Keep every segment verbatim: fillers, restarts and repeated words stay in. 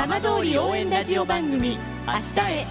浜通り応援ラジオ番組明日へ。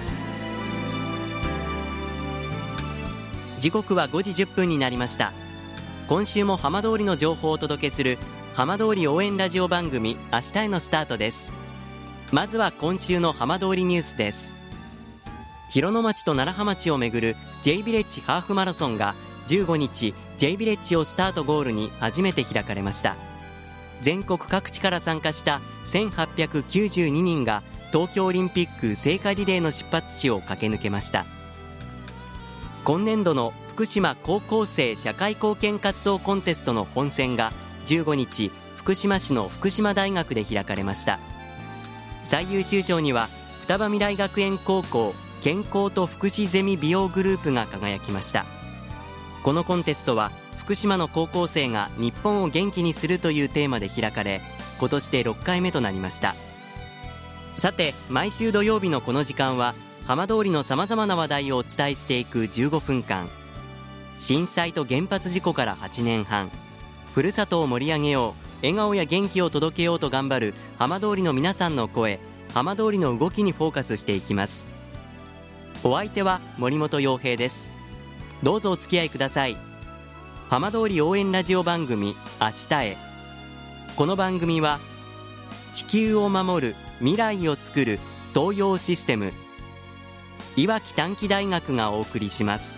時刻はごじじゅっぷんになりました。今週も浜通りの情報をお届けする浜通り応援ラジオ番組明日へのスタートです。まずは今週の浜通りニュースです。広野町と楢葉町をめぐる J ビレッジハーフマラソンがじゅうごにち J ビレッジをスタートゴールに初めて開かれました。全国各地から参加したせんはっぴゃくきゅうじゅうににんが東京オリンピック聖火リレーの出発地を駆け抜けました。今年度の福島高校生社会貢献活動コンテストの本選がじゅうごにち福島市の福島大学で開かれました。最優秀賞には双葉未来学園高校健康と福祉ゼミ美容グループが輝きました。このコンテストは福島の高校生が日本を元気にするというテーマで開かれ、今年でろっかいめとなりました。さて、毎週土曜日のこの時間は浜通りのさまざまな話題をお伝えしていくじゅうごふんかん。震災と原発事故からはちねんはん、ふるさとを盛り上げよう、笑顔や元気を届けようと頑張る浜通りの皆さんの声、浜通りの動きにフォーカスしていきます。お相手は森本洋平です。どうぞお付き合いください。浜通り応援ラジオ番組明日へ。この番組は地球を守る未来をつくる東洋システム、いわき短期大学がお送りします。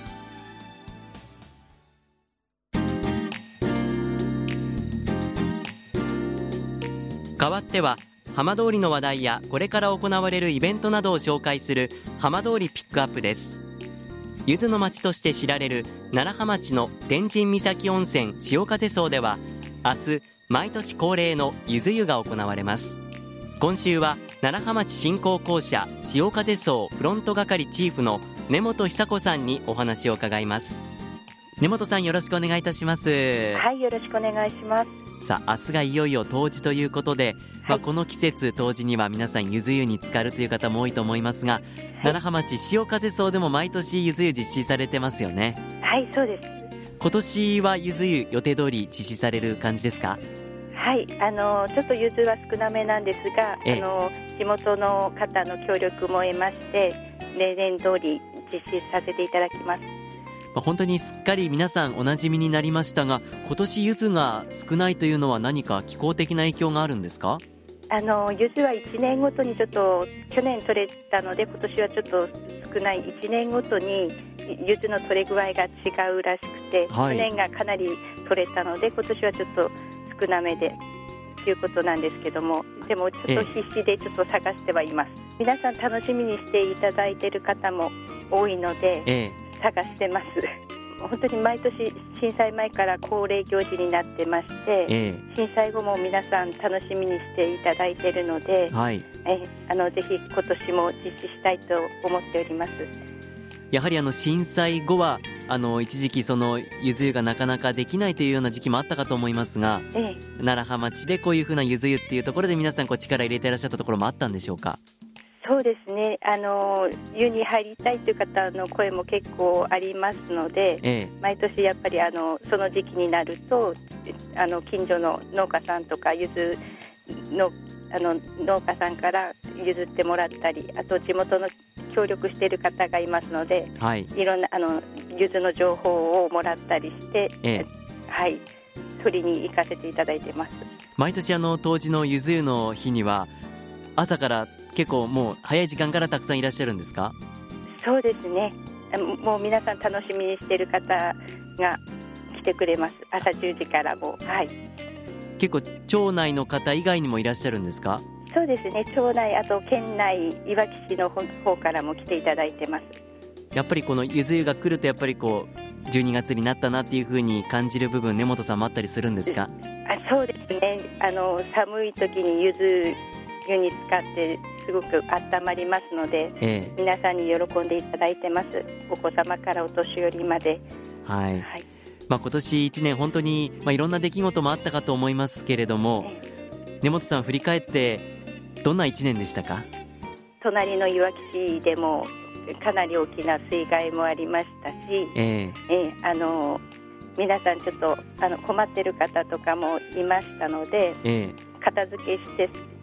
代わっては浜通りの話題やこれから行われるイベントなどを紹介する浜通りピックアップです。柚子の町として知られる楢葉町の天神岬温泉潮風荘では明日毎年恒例のゆず湯が行われます。今週は楢葉町振興公社潮風荘フロント係チーフの根本久子さんにお話を伺います。根本さん、よろしくお願いいたします。 はい、よろしくお願いします。 さあ、明日がいよいよ冬至ということで、はい、まあ、この季節冬至には皆さんゆず湯に浸かるという方も多いと思いますが、はい、楢葉町潮風荘でも毎年ゆず湯実施されてますよね。 はい、そうです。 今年はゆず湯予定通り実施される感じですか？ はい、あのちょっとゆずは少なめなんですが、あの地元の方の協力も得まして例年通り実施させていただきます。 まあ、本当にすっかり皆さんおなじみになりましたが、今年柚子が少ないというのは何か気候的な影響があるんですか？ あの柚子はいちねんごとにちょっと去年取れたので今年はちょっと少ない。いちねんごとに柚子の取れ具合が違うらしくて、はい、去年がかなり取れたので今年はちょっと少なめでということなんですけども、でもちょっと必死でちょっと探してはいます。皆さん楽しみにしていただいている方も多いので、ええ探してます。本当に毎年震災前から恒例行事になってまして、ええ、震災後も皆さん楽しみにしていただいているので、はい、えあのぜひ今年も実施したいと思っております。 やはりあの震災後はあの一時期そのゆず湯がなかなかできないというような時期もあったかと思いますが、ええ、楢葉町でこういうふうなゆず湯っていうところで皆さんこう力入れていらっしゃったところもあったんでしょうか？ そうですね、あの湯に入りたいという方の声も結構ありますので、ええ、毎年やっぱりあのその時期になるとあの近所の農家さんとかゆずのあの農家さんから譲ってもらったり、あと地元の協力している方がいますので、はい、いろんなあのゆずの情報をもらったりして、ええ、はい、取りに行かせていただいてます。 毎年あの冬至のゆず湯の日には朝から結構もう早い時間からたくさんいらっしゃるんですか？ そうですね、もう皆さん楽しみにしている方が来てくれます。朝じゅうじからも、はい、 結構町内の方以外にもいらっしゃるんですか？ そうですね、町内、あと県内いわき市の方からも来ていただいてます。 やっぱりこのゆず湯が来るとやっぱりこうじゅうにがつになったなっていう風に感じる部分、根本さんもあったりするんですか？ あ、そうですね、あの寒い時にゆず湯に使ってすごく温まりますので、ええ、皆さんに喜んでいただいてます。お子様からお年寄りまで、はい、はい、 まあ、今年いちねん本当に、まあ、いろんな出来事もあったかと思いますけれども、ええ、根本さん振り返ってどんないちねんでしたか？ 隣のいわき市でもかなり大きな水害もありましたし、ええええ、あの皆さんちょっとあの困ってる方とかもいましたので、ええ、片付けして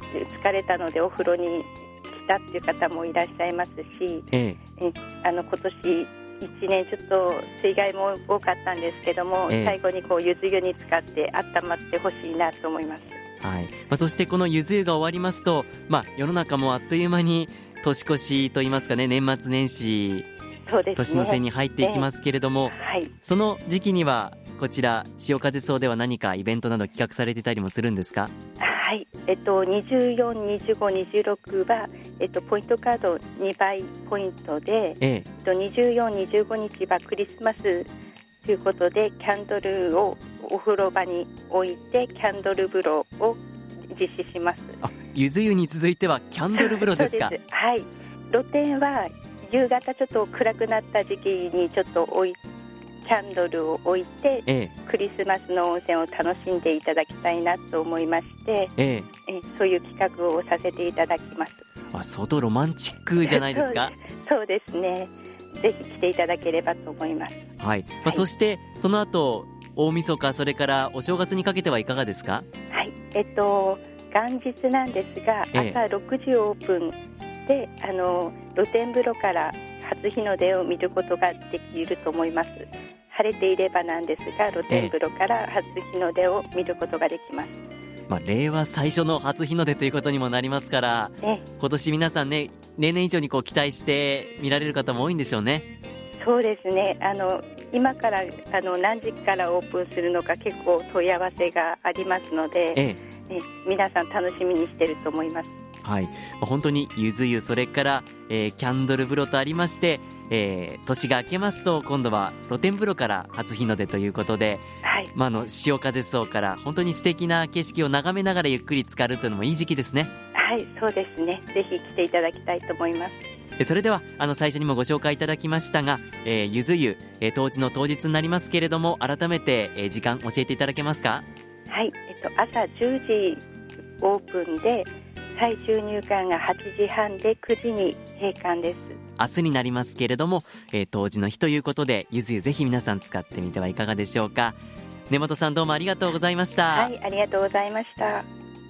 疲れたのでお風呂に来たっていう方もいらっしゃいますし、ええ、あの今年いちねんちょっと水害も多かったんですけども、ええ、最後にこうゆず湯に使って温まってほしいなと思います。 はい、まあ、そしてこのゆず湯が終わりますと、まあ、世の中もあっという間に年越しといいますかね、年末年始、そうですね、年の瀬に入っていきますけれども、ええ、はい、その時期にはこちら潮風荘では何かイベントなど企画されてたりもするんですか？ はい、えっと、にじゅうよん、にじゅうご、にじゅうろくは、えっと、ポイントカードにばいポイントで、えええっと、にじゅうよん、にじゅうごにちはクリスマスということでキャンドルをお風呂場に置いてキャンドル風呂を実施します。 あ、ゆず湯に続いてはキャンドル風呂ですか？ そうです、はい、露天は夕方ちょっと暗くなった時期にちょっと置いキャンドルを置いて、ええ、クリスマスの温泉を楽しんでいただきたいなと思いまして、えええそういう企画をさせていただきます。 あ、相当ロマンチックじゃないですか？ そうですね、ぜひ来ていただければと思います。 はい、まあ、そしてその後大晦日、それからお正月にかけてはいかがですか？ はい、えっと元日なんですが、ええ、朝ろくじオープンで、あの露天風呂から初日の出を見ることができると思います。晴れていればなんですが、露天風呂から初日の出を見ることができます。 ええ、まあ、令和最初の初日の出ということにもなりますから、ええ、今年皆さんね、例年以上にこう期待して見られる方も多いんでしょうね。 そうですね、あの今からあの何時からオープンするのか結構問い合わせがありますので、えええ皆さん楽しみにしていると思います。 はい、まあ、本当にゆず湯、それから、えー、キャンドル風呂とありまして、えー、年が明けますと今度は露天風呂から初日の出ということで、はい、まあ、あの潮風荘から本当に素敵な景色を眺めながらゆっくり浸かるというのもいい時期ですね。 はい、そうですね、ぜひ来ていただきたいと思います。 それではあの最初にもご紹介いただきましたが、えー、ゆず湯、えー、当時の当日になりますけれども、改めて、えー、時間教えていただけますか？ はい、えっと、朝じゅうじオープンで最終入館がはちじはんでくじに閉館です。 明日になりますけれども、えー、当時の日ということでゆず湯ぜひ皆さん使ってみてはいかがでしょうか。根本さん、どうもありがとうございました。 はい、ありがとうございました。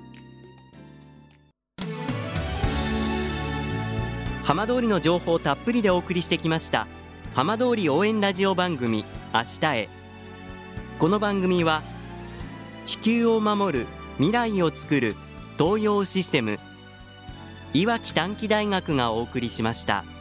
浜通りの情報をたっぷりでお送りしてきました浜通り応援ラジオ番組明日へ。この番組は地球を守る未来をつくる東洋システム、いわき短期大学がお送りしました。